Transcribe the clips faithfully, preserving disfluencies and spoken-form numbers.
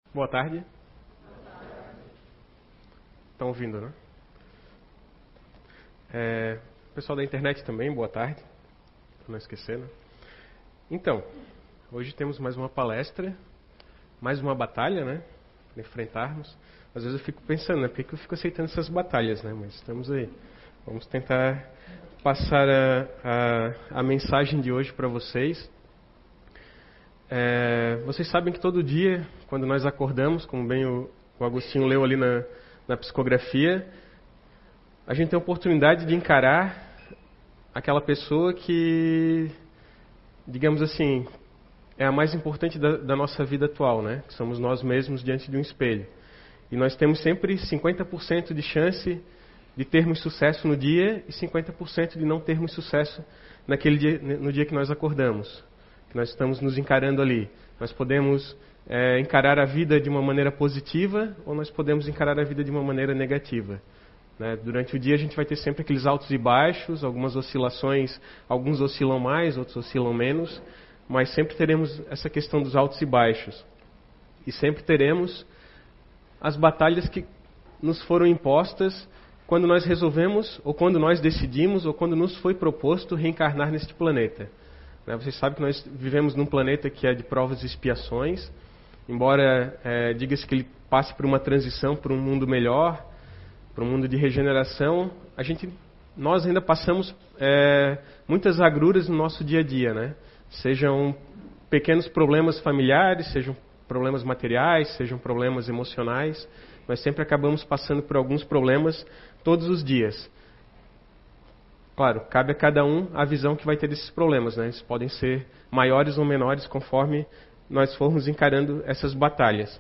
Boa tarde. Estão ouvindo, né? É, pessoal da internet também, boa tarde. Para não esquecer, né? Então, hoje temos mais uma palestra, mais uma batalha, né? Para enfrentarmos. Às vezes eu fico pensando, né? Por que eu fico aceitando essas batalhas, né? Mas estamos aí. Vamos tentar passar a, a, a mensagem de hoje para vocês. É, vocês sabem que todo dia, quando nós acordamos, como bem o, o Agostinho leu ali na, na psicografia, a gente tem a oportunidade de encarar aquela pessoa que, digamos assim, é a mais importante da, da nossa vida atual, né? Que somos nós mesmos diante de um espelho. E nós temos sempre cinquenta por cento de chance de termos sucesso no dia e cinquenta por cento de não termos sucesso naquele dia, no dia que nós acordamos. Que nós estamos nos encarando ali. Nós podemos é, encarar a vida de uma maneira positiva ou nós podemos encarar a vida de uma maneira negativa. Né? Durante o dia a gente vai ter sempre aqueles altos e baixos, algumas oscilações, alguns oscilam mais, outros oscilam menos, mas sempre teremos essa questão dos altos e baixos. E sempre teremos as batalhas que nos foram impostas quando nós resolvemos, ou quando nós decidimos, ou quando nos foi proposto reencarnar neste planeta. Vocês sabem que nós vivemos num planeta que é de provas e expiações, embora é, diga-se que ele passe por uma transição para um mundo melhor, para um mundo de regeneração, a gente, nós ainda passamos é, muitas agruras no nosso dia a dia, né? Sejam pequenos problemas familiares, sejam problemas materiais, sejam problemas emocionais, nós sempre acabamos passando por alguns problemas todos os dias. Claro, cabe a cada um a visão que vai ter desses problemas, né? Eles podem ser maiores ou menores conforme nós formos encarando essas batalhas.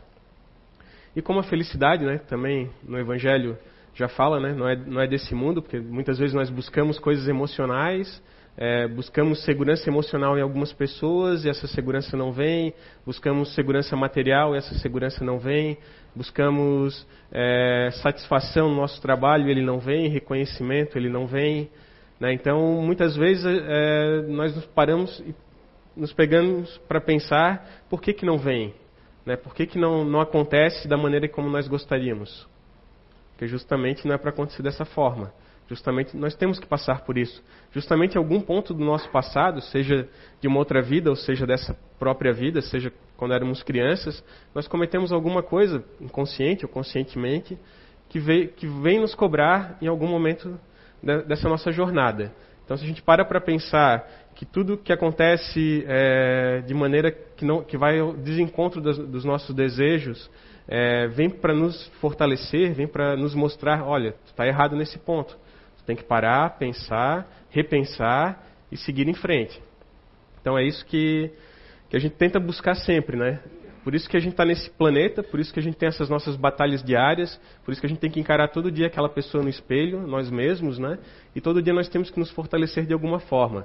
E como a felicidade, né, também no Evangelho já fala, né, não é, não é desse mundo, porque muitas vezes nós buscamos coisas emocionais, é, buscamos segurança emocional em algumas pessoas e essa segurança não vem, buscamos segurança material e essa segurança não vem, buscamos é, satisfação no nosso trabalho e ele não vem, reconhecimento ele não vem. Então, muitas vezes, é, nós nos paramos e nos pegamos para pensar por que, que não vem, né? Por que, que não, não acontece da maneira como nós gostaríamos. Porque justamente não é para acontecer dessa forma. Justamente nós temos que passar por isso. Justamente em algum ponto do nosso passado, seja de uma outra vida, ou seja dessa própria vida, seja quando éramos crianças, nós cometemos alguma coisa, inconsciente ou conscientemente, que vem, que vem nos cobrar em algum momento dessa nossa jornada. Então, se a gente para para pensar que tudo que acontece é, de maneira que, não, que vai ao desencontro dos, dos nossos desejos, é, vem para nos fortalecer, vem para nos mostrar, olha, tu está errado nesse ponto. Tu tem que parar, pensar, repensar e seguir em frente. Então, é isso que, que a gente tenta buscar sempre, né? Por isso que a gente está nesse planeta, por isso que a gente tem essas nossas batalhas diárias, por isso que a gente tem que encarar todo dia aquela pessoa no espelho, nós mesmos, né? E todo dia nós temos que nos fortalecer de alguma forma.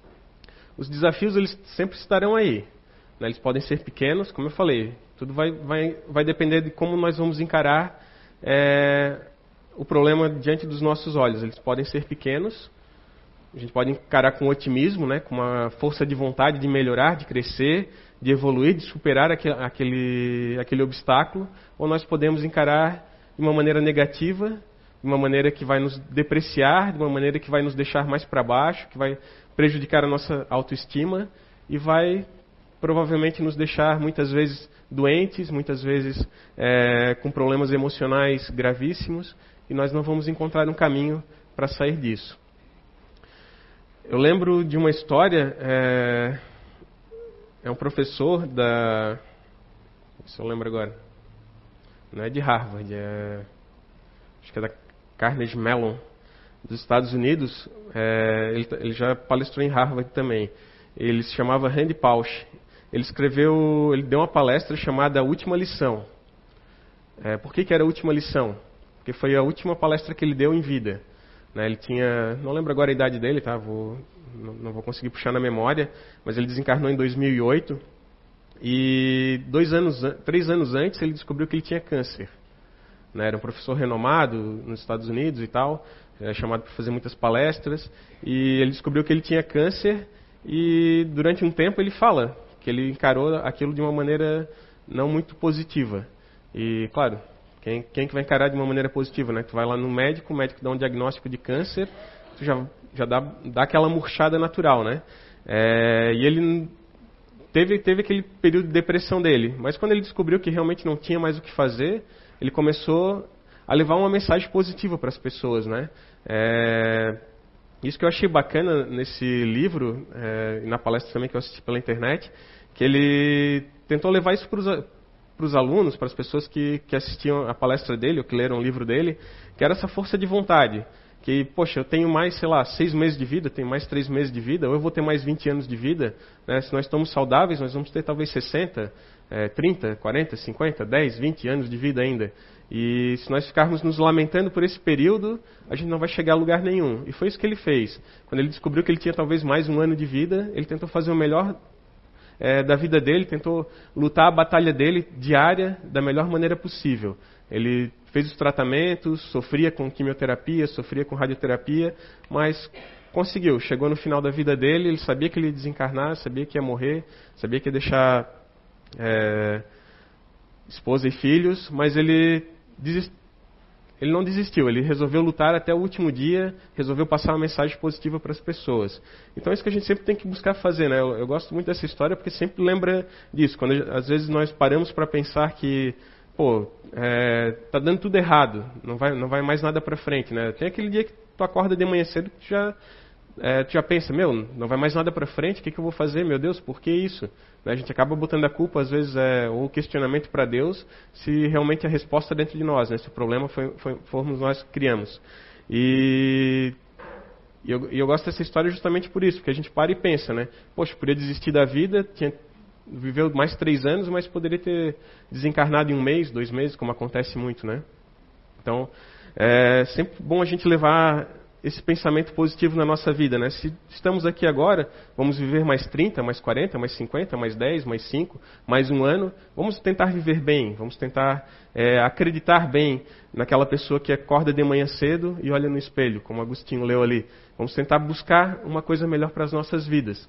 Os desafios, eles sempre estarão aí, né? Eles podem ser pequenos, como eu falei, tudo vai, vai, vai depender de como nós vamos encarar é, o problema diante dos nossos olhos. Eles podem ser pequenos, a gente pode encarar com otimismo, né? Com uma força de vontade de melhorar, de crescer, de evoluir, de superar aquele, aquele, aquele obstáculo, ou nós podemos encarar de uma maneira negativa, de uma maneira que vai nos depreciar, de uma maneira que vai nos deixar mais para baixo, que vai prejudicar a nossa autoestima e vai provavelmente nos deixar muitas vezes doentes, muitas vezes é, com problemas emocionais gravíssimos, e nós não vamos encontrar um caminho para sair disso. Eu lembro de uma história... É, É um professor da... Se eu lembro agora. Não é de Harvard, é... Acho que é da Carnegie Mellon, dos Estados Unidos. É... Ele, ele já palestrou em Harvard também. Ele se chamava Randy Pausch. Ele escreveu... Ele deu uma palestra chamada A Última Lição. É... Por que que era a última lição? Porque foi a última palestra que ele deu em vida. Né? Ele tinha... Não lembro agora a idade dele, tá? Vou... não vou conseguir puxar na memória, mas ele desencarnou em dois mil e oito e dois anos, três anos antes ele descobriu que ele tinha câncer. Né? Era um professor renomado nos Estados Unidos e tal, é chamado para fazer muitas palestras, e ele descobriu que ele tinha câncer e durante um tempo ele fala que ele encarou aquilo de uma maneira não muito positiva. E, claro, quem, quem que vai encarar de uma maneira positiva, né? Tu vai lá no médico, o médico dá um diagnóstico de câncer, tu já, já dá, dá aquela murchada natural, né? É, e ele teve, teve aquele período de depressão dele, mas quando ele descobriu que realmente não tinha mais o que fazer, ele começou a levar uma mensagem positiva para as pessoas, né? É, isso que eu achei bacana nesse livro, é, e na palestra também que eu assisti pela internet, que ele tentou levar isso para os alunos, para as pessoas que, que assistiam a palestra dele, ou que leram o livro dele, que era essa força de vontade. Que, poxa, eu tenho mais, sei lá, seis meses de vida, tenho mais três meses de vida, ou eu vou ter mais vinte anos de vida, né? Se nós estamos saudáveis, nós vamos ter talvez sessenta, é, trinta, quarenta, cinquenta, dez, vinte anos de vida ainda. E se nós ficarmos nos lamentando por esse período, a gente não vai chegar a lugar nenhum. E foi isso que ele fez. Quando ele descobriu que ele tinha talvez mais um ano de vida, ele tentou fazer o melhor é, da vida dele, tentou lutar a batalha dele diária da melhor maneira possível. Ele fez os tratamentos, sofria com quimioterapia, sofria com radioterapia, mas conseguiu. Chegou no final da vida dele, ele sabia que ele ia desencarnar, sabia que ia morrer, sabia que ia deixar é, esposa e filhos, mas ele, desist... ele não desistiu. Ele resolveu lutar até o último dia, resolveu passar uma mensagem positiva para as pessoas. Então é isso que a gente sempre tem que buscar fazer, né? Eu, eu gosto muito dessa história porque sempre lembra disso. Quando às vezes nós paramos para pensar que pô, é, tá dando tudo errado, não vai, não vai mais nada para frente, né? Tem aquele dia que tu acorda de manhã cedo que tu já, é, tu já pensa, meu, não vai mais nada para frente, o que, que eu vou fazer, meu Deus, por que isso? Né? A gente acaba botando a culpa, às vezes, é, ou o questionamento para Deus, se realmente a resposta é dentro de nós, né? Se o problema foi, foi, fomos nós que criamos. E, e, eu, e eu gosto dessa história justamente por isso, porque a gente para e pensa, né? Poxa, podia desistir da vida, tinha viveu mais três anos, mas poderia ter desencarnado em um mês, dois meses, como acontece muito, né? Então, é sempre bom a gente levar esse pensamento positivo na nossa vida, né? Se estamos aqui agora, vamos viver mais trinta, mais quarenta, mais cinquenta, mais dez, mais cinco, mais um ano. Vamos tentar viver bem, vamos tentar é, acreditar bem naquela pessoa que acorda de manhã cedo e olha no espelho, como Agostinho leu ali. Vamos tentar buscar uma coisa melhor para as nossas vidas.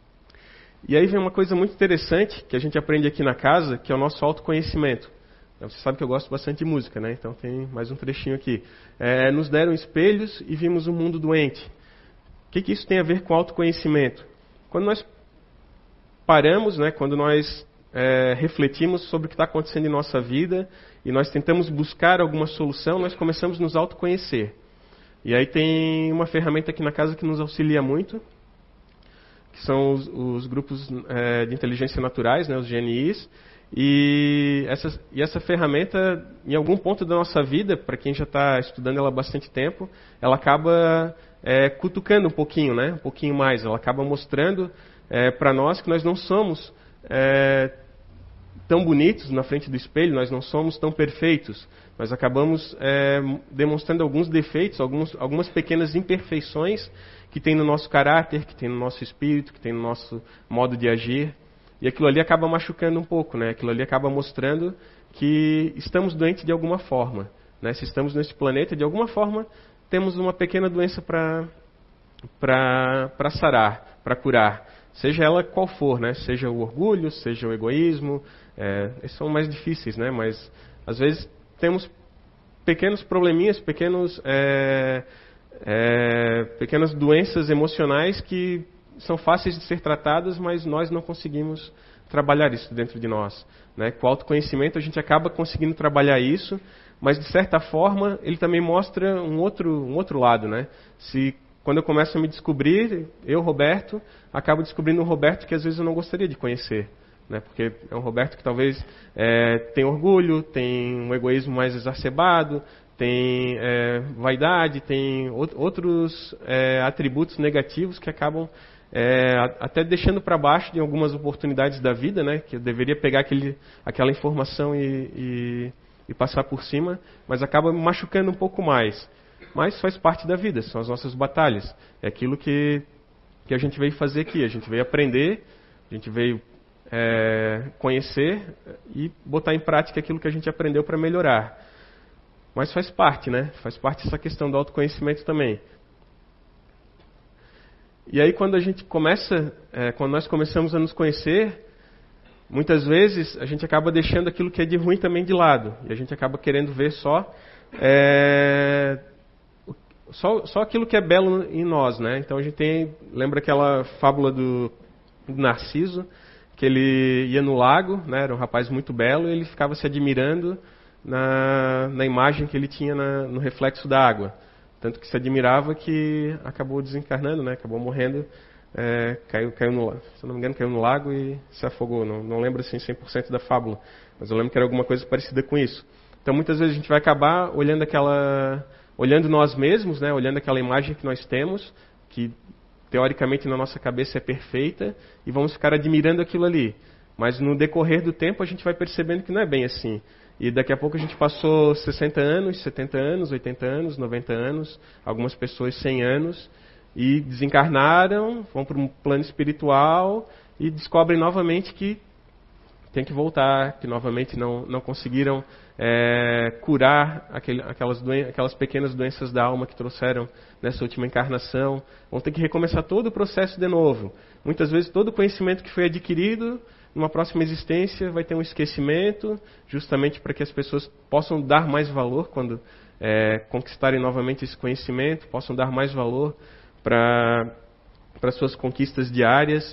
E aí vem uma coisa muito interessante que a gente aprende aqui na casa, que é o nosso autoconhecimento. Você sabe que eu gosto bastante de música, né? Então tem mais um trechinho aqui. É, nos deram espelhos e vimos um mundo doente. O que, que isso tem a ver com autoconhecimento? Quando nós paramos, né? Quando nós é, refletimos sobre o que está acontecendo em nossa vida e nós tentamos buscar alguma solução, nós começamos a nos autoconhecer. E aí tem uma ferramenta aqui na casa que nos auxilia muito, que são os, os grupos é, de inteligência naturais, né, os G N Is, e essa, e essa ferramenta, em algum ponto da nossa vida, para quem já está estudando ela há bastante tempo, ela acaba é, cutucando um pouquinho, né, um pouquinho mais, ela acaba mostrando é, para nós que nós não somos é, tão bonitos na frente do espelho, nós não somos tão perfeitos, nós acabamos é, demonstrando alguns defeitos, alguns, algumas pequenas imperfeições que tem no nosso caráter, que tem no nosso espírito, que tem no nosso modo de agir. E aquilo ali acaba machucando um pouco, né? Aquilo ali acaba mostrando que estamos doentes de alguma forma, né? Se estamos nesse planeta, de alguma forma, temos uma pequena doença para para sarar, para curar. Seja ela qual for, né? Seja o orgulho, seja o egoísmo. É, esses são mais difíceis, né? Mas, às vezes, temos pequenos probleminhas, pequenos... É, É, pequenas doenças emocionais que são fáceis de ser tratadas, mas nós não conseguimos trabalhar isso dentro de nós, né? Com o autoconhecimento a gente acaba conseguindo trabalhar isso, mas de certa forma ele também mostra um outro, um outro lado, né? Se quando eu começo a me descobrir, eu, Roberto, acabo descobrindo um Roberto que às vezes eu não gostaria de conhecer, né? Porque é um Roberto que talvez é, tem orgulho, tem um egoísmo mais exacerbado, tem é, vaidade, tem outros é, atributos negativos que acabam é, até deixando para baixo de algumas oportunidades da vida, né? Que eu deveria pegar aquele, aquela informação e, e, e passar por cima, mas acaba me machucando um pouco mais. Mas faz parte da vida, são as nossas batalhas. É aquilo que, que a gente veio fazer aqui, a gente veio aprender, a gente veio é, conhecer e botar em prática aquilo que a gente aprendeu para melhorar. Mas faz parte, né? Faz parte essa questão do autoconhecimento também. E aí quando a gente começa, é, quando nós começamos a nos conhecer, muitas vezes a gente acaba deixando aquilo que é de ruim também de lado. E a gente acaba querendo ver só, é, só, só aquilo que é belo em nós, né? Então a gente tem, lembra aquela fábula do, do Narciso, que ele ia no lago, né? Era um rapaz muito belo, e ele ficava se admirando na, na imagem que ele tinha na, no reflexo da água. Tanto que se admirava que acabou desencarnando, né? Acabou morrendo. É, caiu, caiu no, se eu não me engano, caiu no lago e se afogou. Não, não lembro assim cem por cento da fábula, mas eu lembro que era alguma coisa parecida com isso. Então muitas vezes a gente vai acabar olhando aquela, olhando nós mesmos, né, olhando aquela imagem que nós temos, que teoricamente na nossa cabeça é perfeita, e vamos ficar admirando aquilo ali. Mas no decorrer do tempo a gente vai percebendo que não é bem assim. E daqui a pouco a gente passou sessenta anos, setenta anos, oitenta anos, noventa anos, algumas pessoas cem anos, e desencarnaram, vão para um plano espiritual e descobrem novamente que tem que voltar, que novamente não, não conseguiram é, curar aquele, aquelas, doen- aquelas pequenas doenças da alma que trouxeram nessa última encarnação. Vão ter que recomeçar todo o processo de novo. Muitas vezes todo o conhecimento que foi adquirido numa próxima existência vai ter um esquecimento, justamente para que as pessoas possam dar mais valor quando é, conquistarem novamente esse conhecimento, possam dar mais valor para para suas conquistas diárias.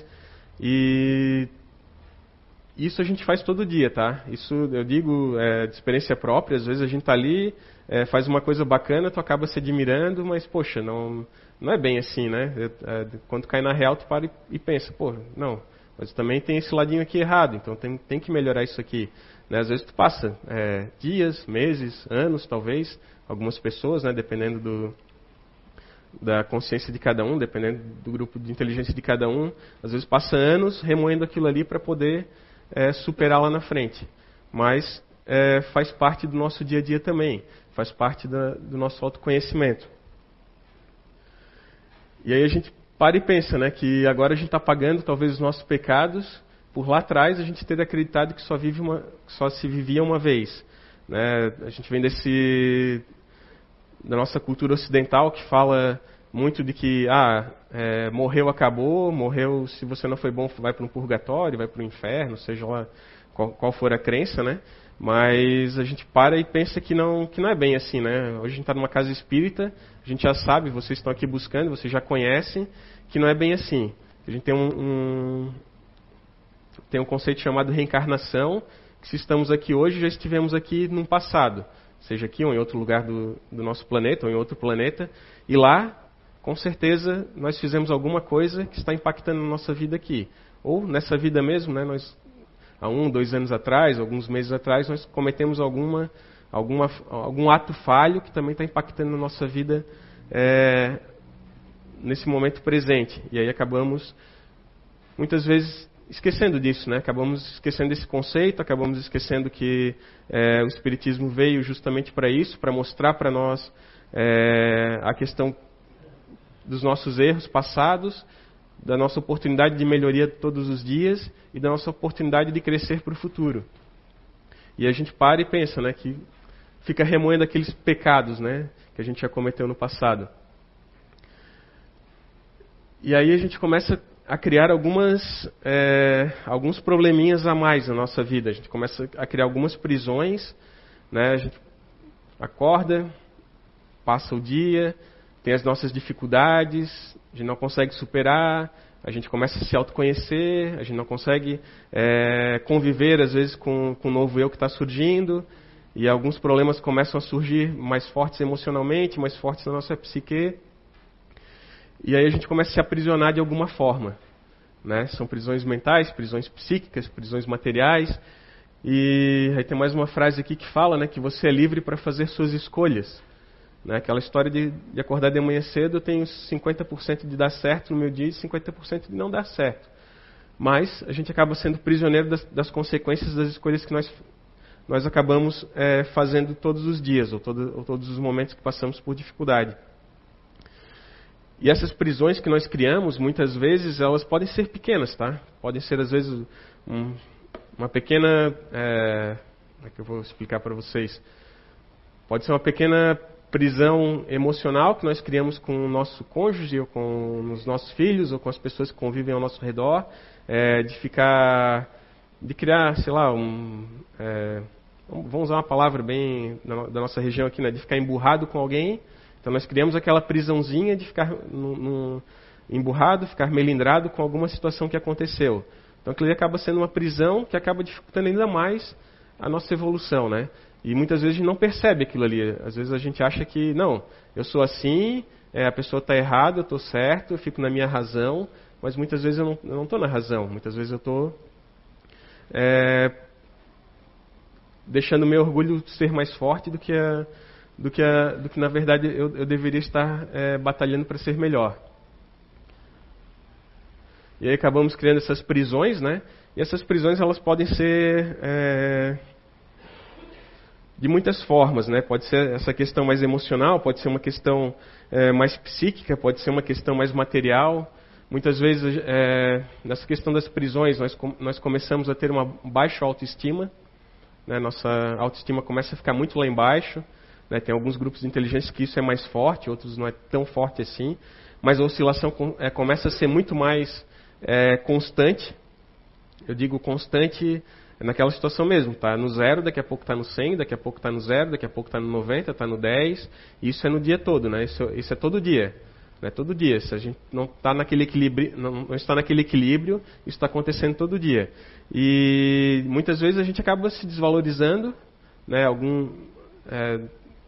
E isso a gente faz todo dia, tá? Isso eu digo é, de experiência própria. Às vezes a gente está ali, é, faz uma coisa bacana, tu acaba se admirando, mas poxa, não, não é bem assim, né? É, quando cai na real, tu para e, e pensa, pô, não, mas também tem esse ladinho aqui errado, então tem, tem que melhorar isso aqui. Né? Às vezes tu passa é, dias, meses, anos, talvez, algumas pessoas, né, dependendo do da consciência de cada um, dependendo do grupo de inteligência de cada um, às vezes passa anos remoendo aquilo ali para poder é, superar lá na frente. Mas é, faz parte do nosso dia a dia também, faz parte da, do nosso autoconhecimento. E aí a gente para e pensa, né, que agora a gente está pagando talvez os nossos pecados, por lá atrás a gente ter acreditado que só, vive uma, só se vivia uma vez. Né? A gente vem desse... da nossa cultura ocidental, que fala muito de que ah, é, morreu, acabou, morreu, se você não foi bom, vai para um purgatório, vai para o inferno, seja lá qual, qual for a crença, né? Mas a gente para e pensa que não, que não é bem assim, né? Hoje a gente está numa casa espírita, a gente já sabe, vocês estão aqui buscando, vocês já conhecem, que não é bem assim. A gente tem um, um, tem um conceito chamado reencarnação, que se estamos aqui hoje, já estivemos aqui num passado. Seja aqui ou em outro lugar do, do nosso planeta, ou em outro planeta, e lá, com certeza, nós fizemos alguma coisa que está impactando a nossa vida aqui. Ou nessa vida mesmo, né, nós, há um, dois anos atrás, alguns meses atrás, nós cometemos alguma, alguma, algum ato falho que também está impactando a nossa vida é, nesse momento presente. E aí acabamos, muitas vezes, esquecendo disso, né? Acabamos esquecendo desse conceito, acabamos esquecendo que é, o Espiritismo veio justamente para isso, para mostrar para nós é, a questão dos nossos erros passados, da nossa oportunidade de melhoria todos os dias e da nossa oportunidade de crescer para o futuro. E a gente para e pensa, né, que fica remoendo aqueles pecados, né, que a gente já cometeu no passado. E aí a gente começa a criar algumas, é, alguns probleminhas a mais na nossa vida. A gente começa a criar algumas prisões, né? A gente acorda, passa o dia, tem as nossas dificuldades, a gente não consegue superar, a gente começa a se autoconhecer, a gente não consegue é, conviver, às vezes, com, com o novo eu que está surgindo, e alguns problemas começam a surgir mais fortes emocionalmente, mais fortes na nossa psique. E aí a gente começa a se aprisionar de alguma forma. Né? São prisões mentais, prisões psíquicas, prisões materiais. E aí tem mais uma frase aqui que fala, né, que você é livre para fazer suas escolhas. Né? Aquela história de, de acordar de manhã cedo, eu tenho cinquenta por cento de dar certo no meu dia e cinquenta por cento de não dar certo. Mas a gente acaba sendo prisioneiro das, das consequências das escolhas que nós, nós acabamos é, fazendo todos os dias, ou, todo, ou todos os momentos que passamos por dificuldade. E essas prisões que nós criamos, muitas vezes, elas podem ser pequenas, tá? Podem ser, às vezes, um, uma pequena... É, como é que eu vou explicar para vocês? Pode ser uma pequena prisão emocional que nós criamos com o nosso cônjuge, ou com os nossos filhos, ou com as pessoas que convivem ao nosso redor, é, de ficar de criar, sei lá, um, é, vamos usar uma palavra bem da nossa região aqui, né, de ficar emburrado com alguém. Então nós criamos aquela prisãozinha de ficar no, no, emburrado, ficar melindrado com alguma situação que aconteceu. Então aquilo acaba sendo uma prisão que acaba dificultando ainda mais a nossa evolução, né? E muitas vezes a gente não percebe aquilo ali. Às vezes a gente acha que, não, eu sou assim, é, a pessoa está errada, eu estou certo, eu fico na minha razão, mas muitas vezes eu não estou na razão. Muitas vezes eu estou é, deixando o meu orgulho ser mais forte do que, a, do que, a, do que na verdade eu, eu deveria estar é, batalhando para ser melhor. E aí acabamos criando essas prisões, né? E essas prisões elas podem ser é, de muitas formas, né? Pode ser essa questão mais emocional, pode ser uma questão é, mais psíquica, pode ser uma questão mais material. Muitas vezes, é, nessa questão das prisões, nós, nós começamos a ter uma baixa autoestima, né? Nossa autoestima começa a ficar muito lá embaixo, né? Tem alguns grupos de inteligência que isso é mais forte, outros não é tão forte assim, mas a oscilação com, é, começa a ser muito mais é, constante. Eu digo constante naquela situação mesmo, está no zero, daqui a pouco está no cem, daqui a pouco está no zero, daqui a pouco está no noventa, está no dez, e isso é no dia todo, né? Isso, isso é todo dia, né? Todo dia. Se a gente não está naquele equilíbrio, não, não está naquele equilíbrio, isso está acontecendo todo dia. E muitas vezes a gente acaba se desvalorizando, né? Algum é,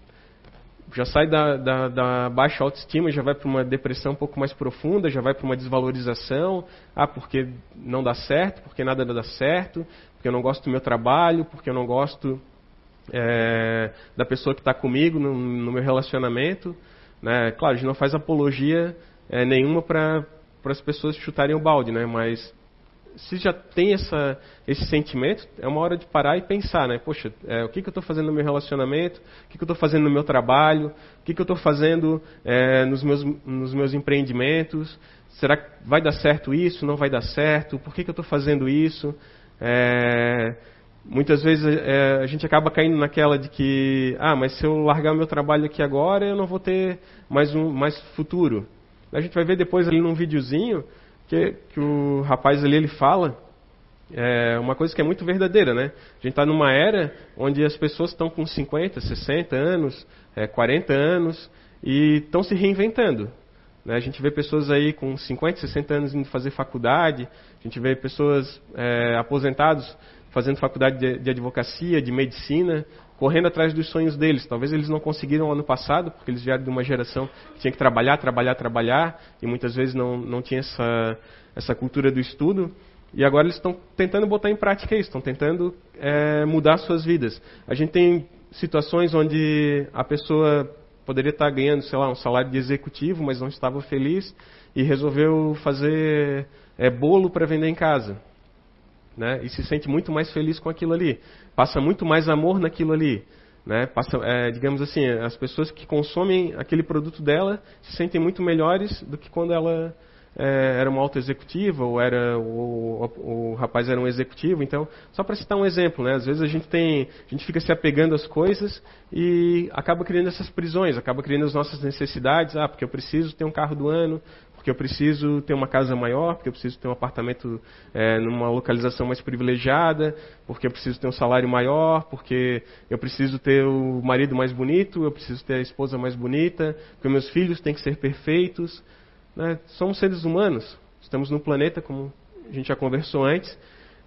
já sai da, da, da baixa autoestima, já vai para uma depressão um pouco mais profunda, já vai para uma desvalorização. Ah, porque não dá certo, porque nada dá certo, porque eu não gosto do meu trabalho, porque eu não gosto é, da pessoa que está comigo no, no meu relacionamento. Né? Claro, a gente não faz apologia é, nenhuma para as pessoas chutarem o balde, né? Mas se já tem essa, esse sentimento, é uma hora de parar e pensar, né? Poxa, é, o que, que eu estou fazendo no meu relacionamento? O que, que eu estou fazendo no meu trabalho? O que, que eu estou fazendo é, nos, meus, nos meus empreendimentos? Será que vai dar certo isso? Não vai dar certo? Por que, que eu estou fazendo isso? É, muitas vezes é, a gente acaba caindo naquela de que, ah, mas se eu largar o meu trabalho aqui agora, eu não vou ter mais, um, mais futuro. A gente vai ver depois ali num videozinho que, que o rapaz ali ele fala é, uma coisa que é muito verdadeira, né? A gente está numa era onde as pessoas estão com cinquenta, sessenta anos, é, quarenta anos e estão se reinventando. Né? A gente vê pessoas aí com cinquenta, sessenta anos indo fazer faculdade, a gente vê pessoas é, aposentados fazendo faculdade de, de advocacia, de medicina, correndo atrás dos sonhos deles. Talvez eles não conseguiram ano passado, porque eles vieram de uma geração que tinha que trabalhar, trabalhar, trabalhar, e muitas vezes não, não tinha essa, essa cultura do estudo. E agora eles estão tentando botar em prática isso, estão tentando é, mudar suas vidas. A gente tem situações onde a pessoa poderia estar ganhando, sei lá, um salário de executivo, mas não estava feliz e resolveu fazer é, bolo para vender em casa. Né? E se sente muito mais feliz com aquilo ali. Passa muito mais amor naquilo ali. Né? Passa, é, digamos assim, as pessoas que consomem aquele produto dela se sentem muito melhores do que quando ela é, era uma auto-executiva ou era o, o, o rapaz era um executivo. Então, só para citar um exemplo, né? Às vezes a gente tem, a gente fica se apegando às coisas e acaba criando essas prisões, acaba criando as nossas necessidades. Ah, porque eu preciso ter um carro do ano, porque eu preciso ter uma casa maior, porque eu preciso ter um apartamento é, numa localização mais privilegiada, porque eu preciso ter um salário maior, porque eu preciso ter o marido mais bonito, eu preciso ter a esposa mais bonita, porque meus filhos têm que ser perfeitos. Né? Somos seres humanos, estamos num planeta, como a gente já conversou antes,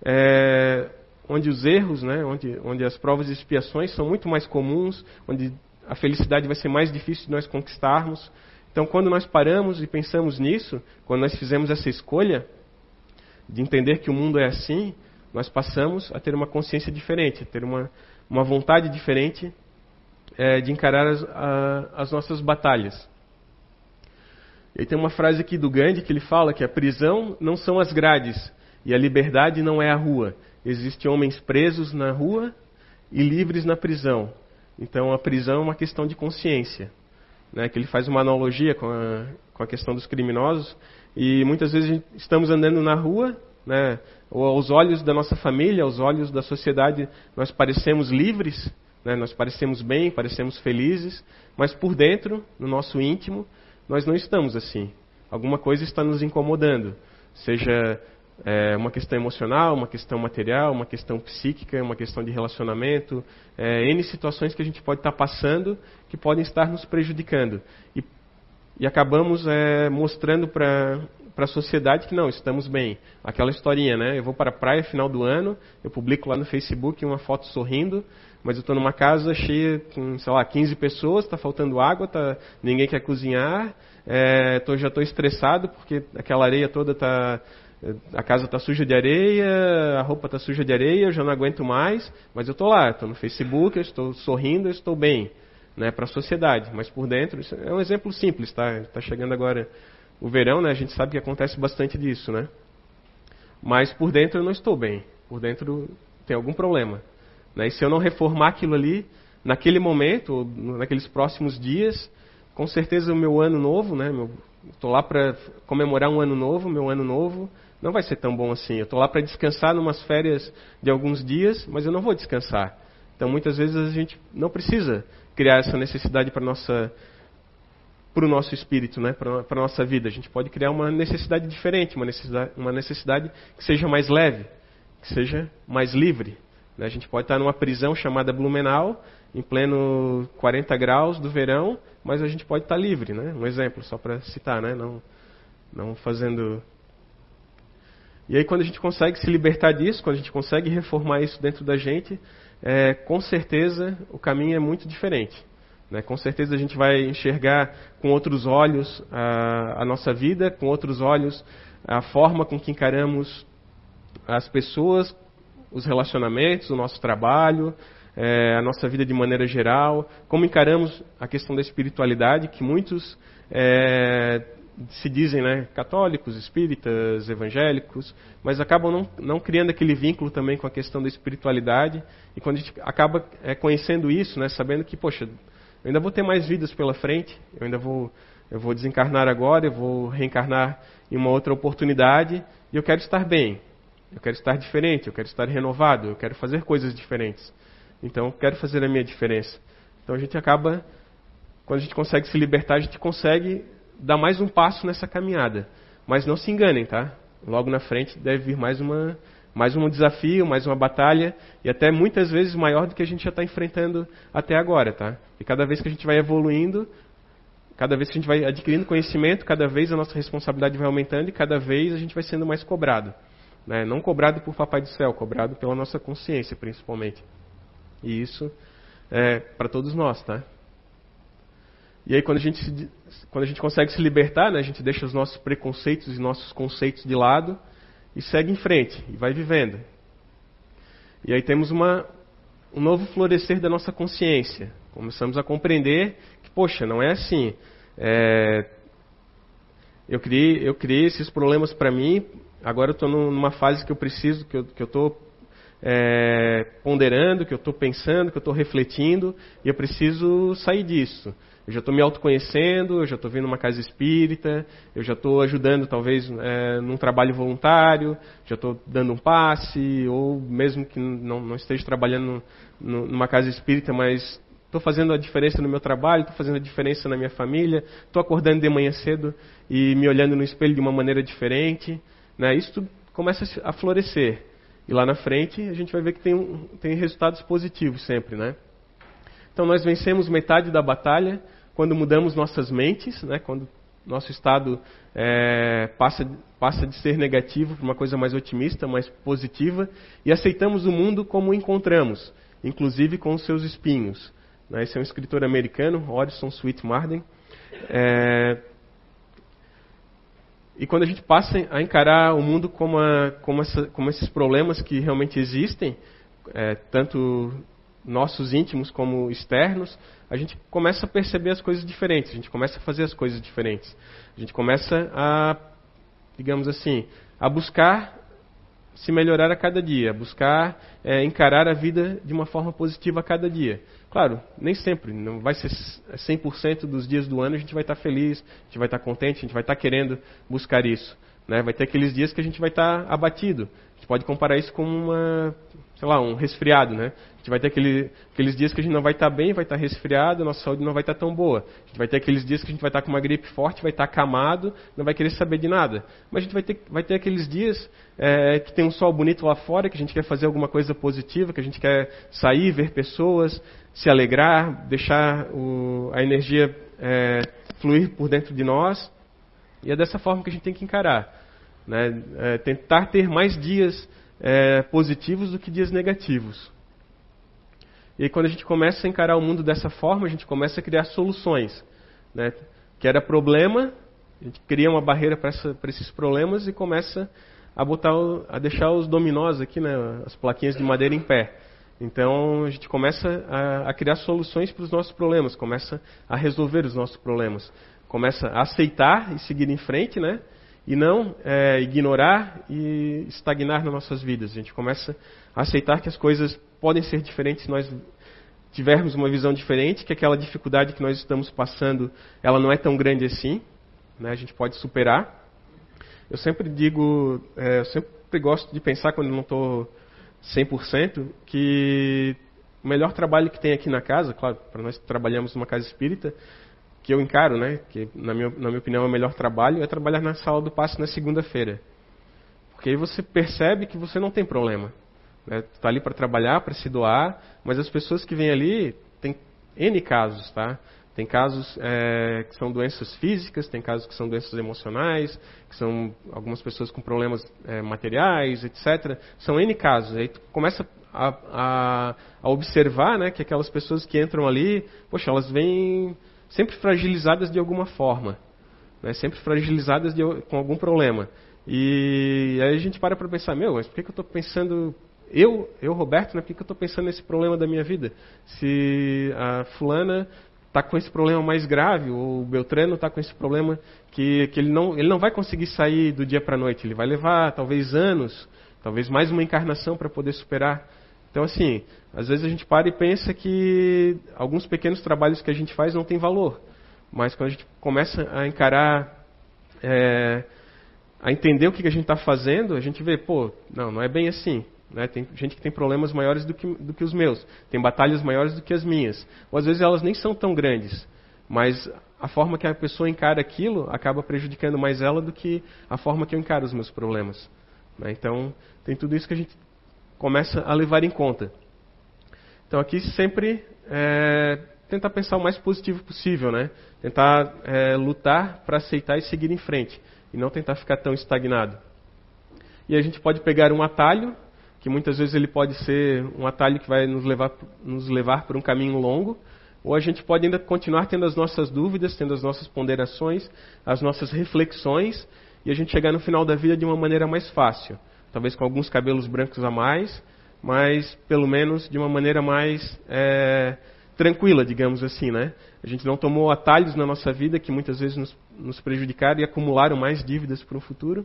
é, onde os erros, né, onde, onde as provas e expiações são muito mais comuns, onde a felicidade vai ser mais difícil de nós conquistarmos. Então, quando nós paramos e pensamos nisso, quando nós fizemos essa escolha de entender que o mundo é assim, nós passamos a ter uma consciência diferente, a ter uma, uma vontade diferente é, de encarar as, a, as nossas batalhas. E aí tem uma frase aqui do Gandhi que ele fala que a prisão não são as grades e a liberdade não é a rua. Existem homens presos na rua e livres na prisão. Então, a prisão é uma questão de consciência. Né, que ele faz uma analogia com a, com a questão dos criminosos, e muitas vezes estamos andando na rua, né, ou aos olhos da nossa família, aos olhos da sociedade, nós parecemos livres, né, nós parecemos bem, parecemos felizes, mas por dentro, no nosso íntimo, nós não estamos assim. Alguma coisa está nos incomodando, seja É uma questão emocional, uma questão material, uma questão psíquica, uma questão de relacionamento, é, N situações que a gente pode estar passando que podem estar nos prejudicando. E, e acabamos é, mostrando para para a sociedade que não, estamos bem. Aquela historinha, né? Eu vou para a praia final do ano, eu publico lá no Facebook uma foto sorrindo, mas eu estou numa casa cheia com, sei lá, quinze pessoas, está faltando água, tá, ninguém quer cozinhar, é, tô, já estou estressado porque aquela areia toda está... A casa está suja de areia, a roupa está suja de areia, eu já não aguento mais, mas eu estou lá, estou no Facebook, eu estou sorrindo, eu estou bem, né, para a sociedade. Mas por dentro, isso é um exemplo simples, tá? Está chegando agora o verão, né? A gente sabe que acontece bastante disso, né? Mas por dentro eu não estou bem, por dentro tem algum problema, né? E se eu não reformar aquilo ali, naquele momento, ou naqueles próximos dias, com certeza o meu ano novo, né? Estou lá para comemorar um ano novo, meu ano novo, não vai ser tão bom assim. Eu estou lá para descansar numas férias de alguns dias, mas eu não vou descansar. Então muitas vezes a gente não precisa criar essa necessidade para nossa para o nosso espírito, né? Para a nossa vida. A gente pode criar uma necessidade diferente, uma necessidade, uma necessidade que seja mais leve, que seja mais livre. Né? A gente pode estar numa prisão chamada Blumenau, em pleno quarenta graus do verão, mas a gente pode estar livre, né? Um exemplo, só para citar, né? Não, não fazendo... E aí quando a gente consegue se libertar disso, quando a gente consegue reformar isso dentro da gente, é, com certeza o caminho é muito diferente. Né? Com certeza a gente vai enxergar com outros olhos a, a nossa vida, com outros olhos a forma com que encaramos as pessoas, os relacionamentos, o nosso trabalho, é, a nossa vida de maneira geral, como encaramos a questão da espiritualidade, que muitos é, se dizem, né, católicos, espíritas, evangélicos, mas acabam não, não criando aquele vínculo também com a questão da espiritualidade. E quando a gente acaba é, conhecendo isso, né, sabendo que, poxa, eu ainda vou ter mais vidas pela frente, eu ainda vou, eu vou desencarnar agora, eu vou reencarnar em uma outra oportunidade, e eu quero estar bem, eu quero estar diferente, eu quero estar renovado, eu quero fazer coisas diferentes. Então, eu quero fazer a minha diferença. Então, a gente acaba, quando a gente consegue se libertar, a gente consegue dar mais um passo nessa caminhada. Mas não se enganem, tá? Logo na frente deve vir mais uma... mais um desafio, mais uma batalha, e até muitas vezes maior do que a gente já está enfrentando até agora, tá? E cada vez que a gente vai evoluindo, cada vez que a gente vai adquirindo conhecimento, cada vez a nossa responsabilidade vai aumentando e cada vez a gente vai sendo mais cobrado. Né? Não cobrado por Papai do Céu, cobrado pela nossa consciência, principalmente. E isso é para todos nós, tá? E aí quando a gente, quando a gente consegue se libertar, né, a gente deixa os nossos preconceitos e nossos conceitos de lado, e segue em frente, e vai vivendo. E aí temos uma, um novo florescer da nossa consciência. Começamos a compreender que, poxa, não é assim. É, eu, criei, eu criei esses problemas para mim, agora eu estou numa fase que eu preciso, que eu estou é, ponderando, que eu estou pensando, que eu estou refletindo, e eu preciso sair disso. Eu já estou me autoconhecendo, eu já estou vindo numa casa espírita, eu já estou ajudando talvez é, num trabalho voluntário, já estou dando um passe, ou mesmo que não, não esteja trabalhando no, numa casa espírita, mas estou fazendo a diferença no meu trabalho, estou fazendo a diferença na minha família, estou acordando de manhã cedo e me olhando no espelho de uma maneira diferente. Né? Isso tudo começa a florescer. E lá na frente a gente vai ver que tem, um, tem resultados positivos sempre, né? Então nós vencemos metade da batalha quando mudamos nossas mentes, né? Quando nosso estado é, passa, passa de ser negativo para uma coisa mais otimista, mais positiva, e aceitamos o mundo como o encontramos, inclusive com os seus espinhos. Né? Esse é um escritor americano, Orison Swett Marden. É, e quando a gente passa a encarar o mundo como, a, como, essa, como esses problemas que realmente existem, é, tanto nossos íntimos como externos, a gente começa a perceber as coisas diferentes, a gente começa a fazer as coisas diferentes. A gente começa a, digamos assim, a buscar se melhorar a cada dia, a buscar é, encarar a vida de uma forma positiva a cada dia. Claro, nem sempre, não vai ser cem por cento dos dias do ano a gente vai estar feliz, a gente vai estar contente, a gente vai estar querendo buscar isso. Né? Vai ter aqueles dias que a gente vai estar abatido. A gente pode comparar isso com uma, sei lá, um resfriado, né? A gente vai ter aquele, aqueles dias que a gente não vai estar bem, vai estar resfriado, a nossa saúde não vai estar tão boa. A gente vai ter aqueles dias que a gente vai estar com uma gripe forte, vai estar acamado, não vai querer saber de nada. Mas a gente vai ter, vai ter aqueles dias é, que tem um sol bonito lá fora, que a gente quer fazer alguma coisa positiva, que a gente quer sair, ver pessoas, se alegrar, deixar o, a energia é, fluir por dentro de nós. E é dessa forma que a gente tem que encarar. Né? É, tentar ter mais dias é, positivos do que dias negativos. E aí, quando a gente começa a encarar o mundo dessa forma, a gente começa a criar soluções. Né? Que era problema, a gente cria uma barreira para esses problemas e começa a, botar, a deixar os dominós aqui, né? As plaquinhas de madeira em pé. Então a gente começa a, a criar soluções para os nossos problemas, começa a resolver os nossos problemas, começa a aceitar e seguir em frente, né? E não é, ignorar e estagnar nas nossas vidas. A gente começa a aceitar que as coisas podem ser diferentes se nós tivermos uma visão diferente, que aquela dificuldade que nós estamos passando, ela não é tão grande assim, né? A gente pode superar. Eu sempre digo, é, eu sempre gosto de pensar quando eu não estou cem por cento, que o melhor trabalho que tem aqui na casa, claro, para nós que trabalhamos numa casa espírita, que eu encaro, né, que na minha, na minha opinião é o melhor trabalho, é trabalhar na sala do passe na segunda-feira. Porque aí você percebe que você não tem problema. Né? Tu está ali para trabalhar, para se doar, mas as pessoas que vêm ali, tem N casos, tá? Tem casos é, que são doenças físicas, tem casos que são doenças emocionais, que são algumas pessoas com problemas é, materiais, etcétera. São N casos. Aí tu começa a, a, a observar, né, que aquelas pessoas que entram ali, poxa, elas vêm sempre fragilizadas de alguma forma, né? Sempre fragilizadas de, com algum problema. E aí a gente para para pensar, meu, mas por que, que eu estou pensando, eu, eu Roberto, né, por que, que eu estou pensando nesse problema da minha vida? Se a fulana está com esse problema mais grave, ou o Beltrano está com esse problema que, que ele, não, ele não vai conseguir sair do dia para a noite, ele vai levar talvez anos, talvez mais uma encarnação para poder superar. Então, assim, às vezes a gente para e pensa que alguns pequenos trabalhos que a gente faz não tem valor. Mas quando a gente começa a encarar, é, a entender o que a gente está fazendo, a gente vê, pô, não, não é bem assim. Né? Tem gente que tem problemas maiores do que, do que os meus. Tem batalhas maiores do que as minhas. Ou às vezes elas nem são tão grandes. Mas a forma que a pessoa encara aquilo acaba prejudicando mais ela do que a forma que eu encaro os meus problemas. Né? Então, tem tudo isso que a gente começa a levar em conta. Então aqui sempre é, tentar pensar o mais positivo possível, né? Tentar é, lutar para aceitar e seguir em frente, e não tentar ficar tão estagnado. E a gente pode pegar um atalho, que muitas vezes ele pode ser um atalho que vai nos levar, nos levar por um caminho longo, ou a gente pode ainda continuar tendo as nossas dúvidas, tendo as nossas ponderações, as nossas reflexões, e a gente chegar no final da vida de uma maneira mais fácil. Talvez com alguns cabelos brancos a mais, mas pelo menos de uma maneira mais é, tranquila, digamos assim, né? A gente não tomou atalhos na nossa vida que muitas vezes nos, nos prejudicaram e acumularam mais dívidas para o futuro.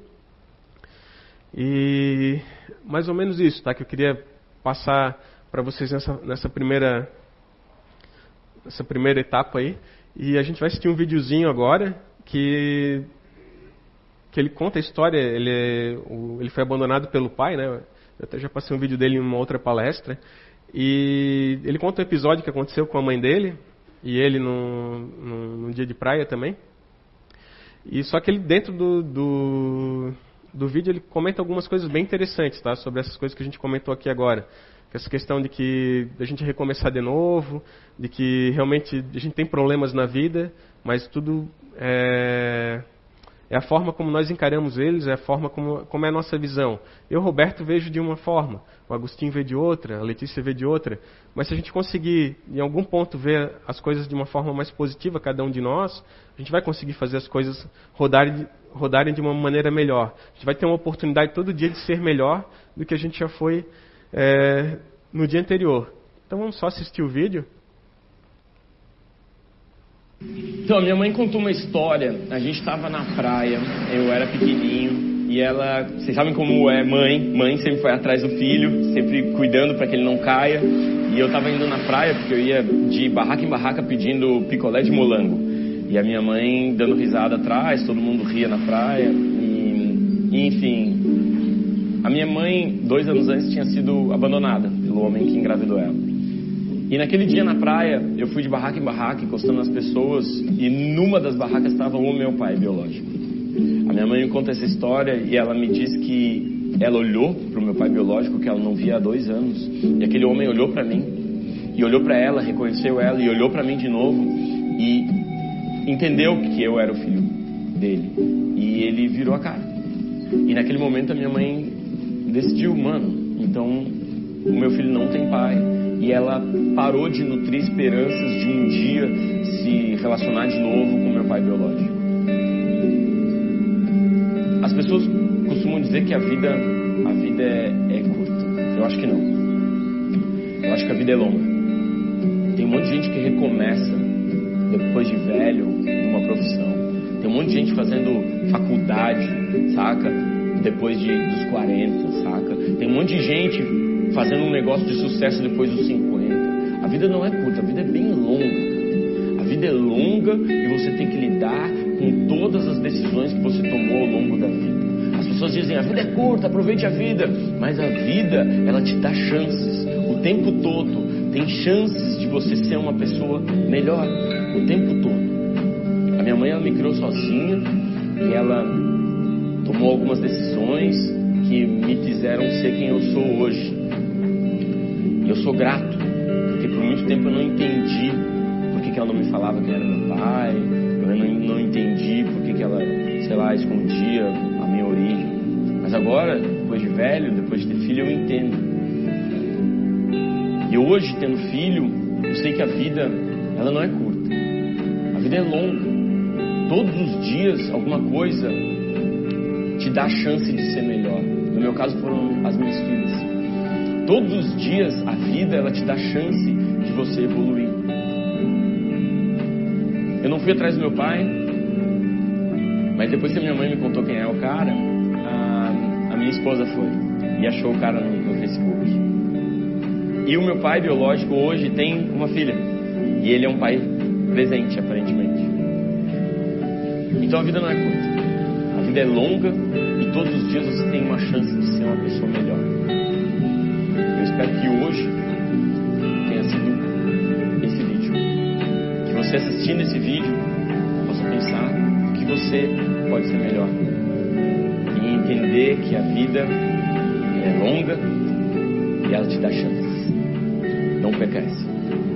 E mais ou menos isso, tá? Que eu queria passar para vocês nessa, nessa primeira, nessa primeira etapa aí. E a gente vai assistir um videozinho agora que que ele conta a história. Ele, é, o, ele foi abandonado pelo pai, né? Eu até já passei um vídeo dele em uma outra palestra. E ele conta um episódio que aconteceu com a mãe dele e ele num, num, num dia de praia também. E só que ele dentro do, do, do vídeo ele comenta algumas coisas bem interessantes, tá? Sobre essas coisas que a gente comentou aqui agora. Essa questão de que a gente recomeçar de novo, de que realmente a gente tem problemas na vida, mas tudo é... É a forma como nós encaramos eles, é a forma como, como é a nossa visão. Eu, Roberto, vejo de uma forma, o Agostinho vê de outra, a Letícia vê de outra. Mas se a gente conseguir, em algum ponto, ver as coisas de uma forma mais positiva, cada um de nós, a gente vai conseguir fazer as coisas rodarem, rodarem de uma maneira melhor. A gente vai ter uma oportunidade todo dia de ser melhor do que a gente já foi é, no dia anterior. Então vamos só assistir o vídeo. Então, minha mãe contou uma história. A gente estava na praia, eu era pequenininho, e ela, vocês sabem como é mãe, mãe sempre foi atrás do filho, sempre cuidando para que ele não caia. E eu estava indo na praia porque eu ia de barraca em barraca pedindo picolé de molango. E a minha mãe dando risada atrás, todo mundo ria na praia. E, e enfim, A minha mãe, dois anos antes, tinha sido abandonada pelo homem que engravidou ela. E naquele dia na praia, eu fui de barraca em barraca, encostando nas pessoas, e numa das barracas estava o meu pai biológico. A minha mãe me conta essa história e ela me diz que ela olhou para o meu pai biológico, que ela não via há dois anos, e aquele homem olhou para mim, e olhou para ela, reconheceu ela, e olhou para mim de novo, e entendeu que eu era o filho dele. E ele virou a cara. E naquele momento a minha mãe decidiu, mano, então o meu filho não tem pai. E ela parou de nutrir esperanças de um dia se relacionar de novo com meu pai biológico. As pessoas costumam dizer que a vida, a vida é, é curta. Eu acho que não. Eu acho que a vida é longa. Tem um monte de gente que recomeça depois de velho numa profissão. Tem um monte de gente fazendo faculdade, saca? Depois de, dos quarenta, saca? Tem um monte de gente fazendo um negócio de sucesso depois dos cinquenta. A vida não é curta, a vida é bem longa. A vida é longa e você tem que lidar com todas as decisões que você tomou ao longo da vida. As pessoas dizem, a vida é curta, aproveite a vida. Mas a vida, ela te dá chances. O tempo todo tem chances de você ser uma pessoa melhor. O tempo todo. A minha mãe, ela me criou sozinha e ela tomou algumas decisões que me fizeram ser quem eu sou hoje. E eu sou grato, porque por muito tempo eu não entendi por que, que ela não me falava quem era meu pai, eu não, não entendi por que, que ela, sei lá, escondia a minha origem. Mas agora, depois de velho, depois de ter filho, eu entendo. E hoje, tendo filho, eu sei que a vida, ela não é curta. A vida é longa. Todos os dias, alguma coisa te dá a chance de ser melhor. No meu caso, foram as minhas filhas. Todos os dias a vida, ela te dá chance de você evoluir. Eu não fui atrás do meu pai, mas depois que a minha mãe me contou quem é o cara, a, a minha esposa foi e achou o cara no, no Facebook. E o meu pai biológico hoje tem uma filha e ele é um pai presente, aparentemente. Então a vida não é curta, a vida é longa e todos os dias você tem uma chance de ser uma pessoa melhor. Espero que hoje tenha sido esse vídeo. Que você assistindo esse vídeo possa pensar que você pode ser melhor. E entender que a vida é longa e ela te dá chances. Não peques.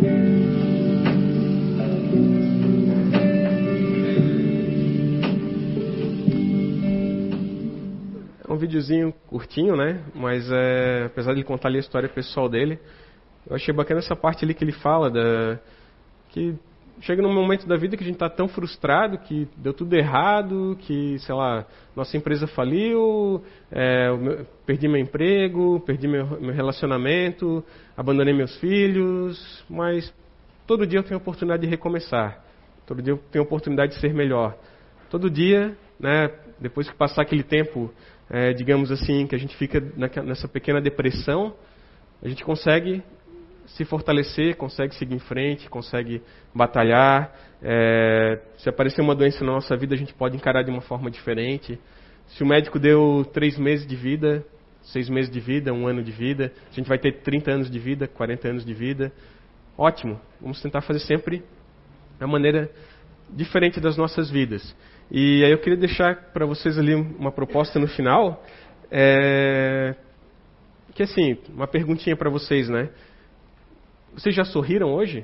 É um videozinho curtinho, né? Mas é, apesar de ele contar ali a história pessoal dele, eu achei bacana essa parte ali que ele fala da, que chega num momento da vida que a gente está tão frustrado, que deu tudo errado, que, sei lá, nossa empresa faliu, é, meu, perdi meu emprego, perdi meu, meu relacionamento, abandonei meus filhos, mas todo dia eu tenho a oportunidade de recomeçar, todo dia eu tenho a oportunidade de ser melhor. Todo dia, né, depois que passar aquele tempo, é, digamos assim, que a gente fica nessa pequena depressão, a gente consegue se fortalecer, consegue seguir em frente, consegue batalhar. É, se aparecer uma doença na nossa vida, a gente pode encarar de uma forma diferente. Se o médico deu três meses de vida, seis meses de vida, um ano de vida, a gente vai ter trinta anos de vida, quarenta anos de vida. Ótimo, vamos tentar fazer sempre a maneira diferente das nossas vidas. E aí eu queria deixar para vocês ali uma proposta no final, é, que assim, uma perguntinha para vocês, né? Vocês já sorriram hoje?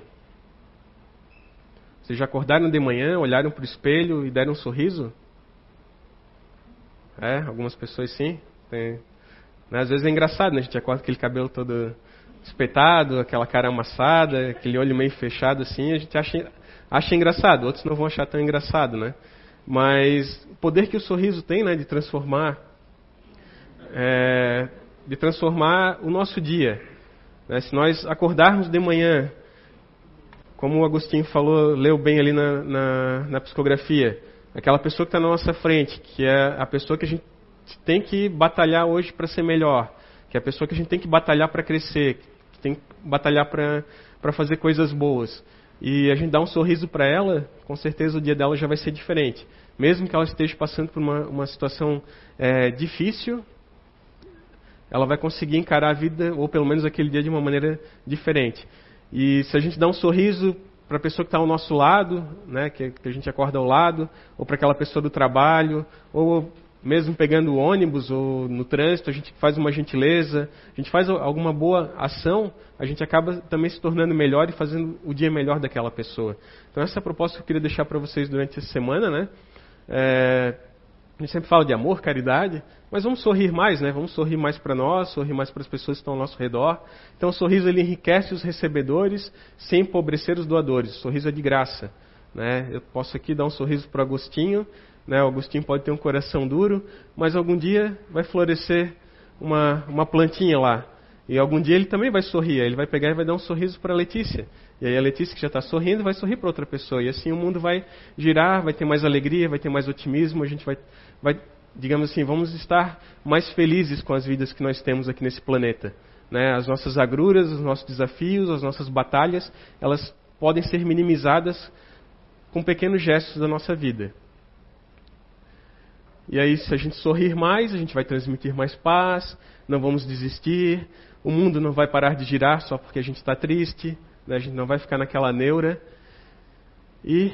Vocês já acordaram de manhã, olharam para o espelho e deram um sorriso? É, algumas pessoas sim. Tem, né? Às vezes é engraçado, né? A gente acorda com aquele cabelo todo espetado, aquela cara amassada, aquele olho meio fechado assim, a gente acha, acha engraçado, outros não vão achar tão engraçado, né? Mas o poder que o sorriso tem, né, de transformar, é, de transformar o nosso dia. Né? Se nós acordarmos de manhã, como o Agostinho falou, leu bem ali na, na, na psicografia, aquela pessoa que está na nossa frente, que é a pessoa que a gente tem que batalhar hoje para ser melhor, que é a pessoa que a gente tem que batalhar para crescer, que tem que batalhar para fazer coisas boas. E a gente dá um sorriso para ela, com certeza o dia dela já vai ser diferente. Mesmo que ela esteja passando por uma, uma situação é, difícil, ela vai conseguir encarar a vida, ou pelo menos aquele dia, de uma maneira diferente. E se a gente dá um sorriso para a pessoa que está ao nosso lado, né, que, que a gente acorda ao lado, ou para aquela pessoa do trabalho, ou mesmo pegando o ônibus ou no trânsito, a gente faz uma gentileza, a gente faz alguma boa ação, a gente acaba também se tornando melhor e fazendo o dia melhor daquela pessoa. Então essa é a proposta que eu queria deixar para vocês durante essa semana, né? É, a gente sempre fala de amor, caridade, mas vamos sorrir mais, né? Vamos sorrir mais para nós, sorrir mais para as pessoas que estão ao nosso redor. Então o sorriso ele enriquece os recebedores sem empobrecer os doadores. O sorriso é de graça, né? Eu posso aqui dar um sorriso para o Agostinho, né? O Agostinho pode ter um coração duro, mas algum dia vai florescer uma, uma plantinha lá. E algum dia ele também vai sorrir, ele vai pegar e vai dar um sorriso para a Letícia. E aí a Letícia, que já está sorrindo, vai sorrir para outra pessoa. E assim o mundo vai girar, vai ter mais alegria, vai ter mais otimismo, a gente vai, vai, digamos assim, vamos estar mais felizes com as vidas que nós temos aqui nesse planeta. Né? As nossas agruras, os nossos desafios, as nossas batalhas, elas podem ser minimizadas com pequenos gestos da nossa vida. E aí, se a gente sorrir mais, a gente vai transmitir mais paz, não vamos desistir, o mundo não vai parar de girar só porque a gente está triste, né? A gente não vai ficar naquela neura. E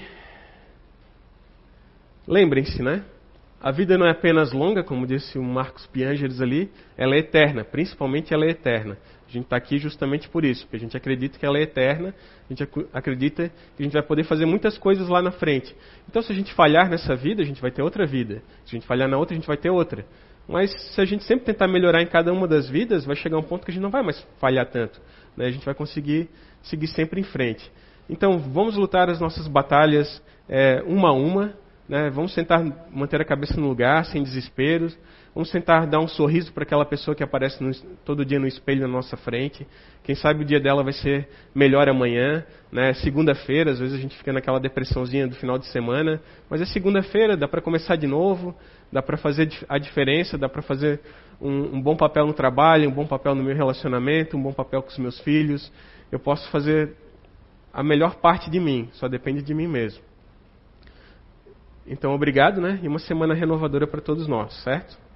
lembrem-se, né? A vida não é apenas longa, como disse o Marcos Piangeres ali, ela é eterna, principalmente ela é eterna. A gente está aqui justamente por isso, porque a gente acredita que ela é eterna, a gente acredita que a gente vai poder fazer muitas coisas lá na frente. Então, se a gente falhar nessa vida, a gente vai ter outra vida. Se a gente falhar na outra, a gente vai ter outra. Mas se a gente sempre tentar melhorar em cada uma das vidas, vai chegar um ponto que a gente não vai mais falhar tanto, né? A gente vai conseguir seguir sempre em frente. Então, vamos lutar as nossas batalhas é, uma a uma, né? Vamos tentar manter a cabeça no lugar, sem desesperos. Vamos tentar dar um sorriso para aquela pessoa que aparece no, todo dia no espelho na nossa frente. Quem sabe o dia dela vai ser melhor amanhã, né? Segunda-feira, às vezes a gente fica naquela depressãozinha do final de semana, mas é segunda-feira, dá para começar de novo, dá para fazer a diferença, dá para fazer um, um bom papel no trabalho, um bom papel no meu relacionamento, um bom papel com os meus filhos. Eu posso fazer a melhor parte de mim, só depende de mim mesmo. Então, obrigado, né? E uma semana renovadora para todos nós, certo?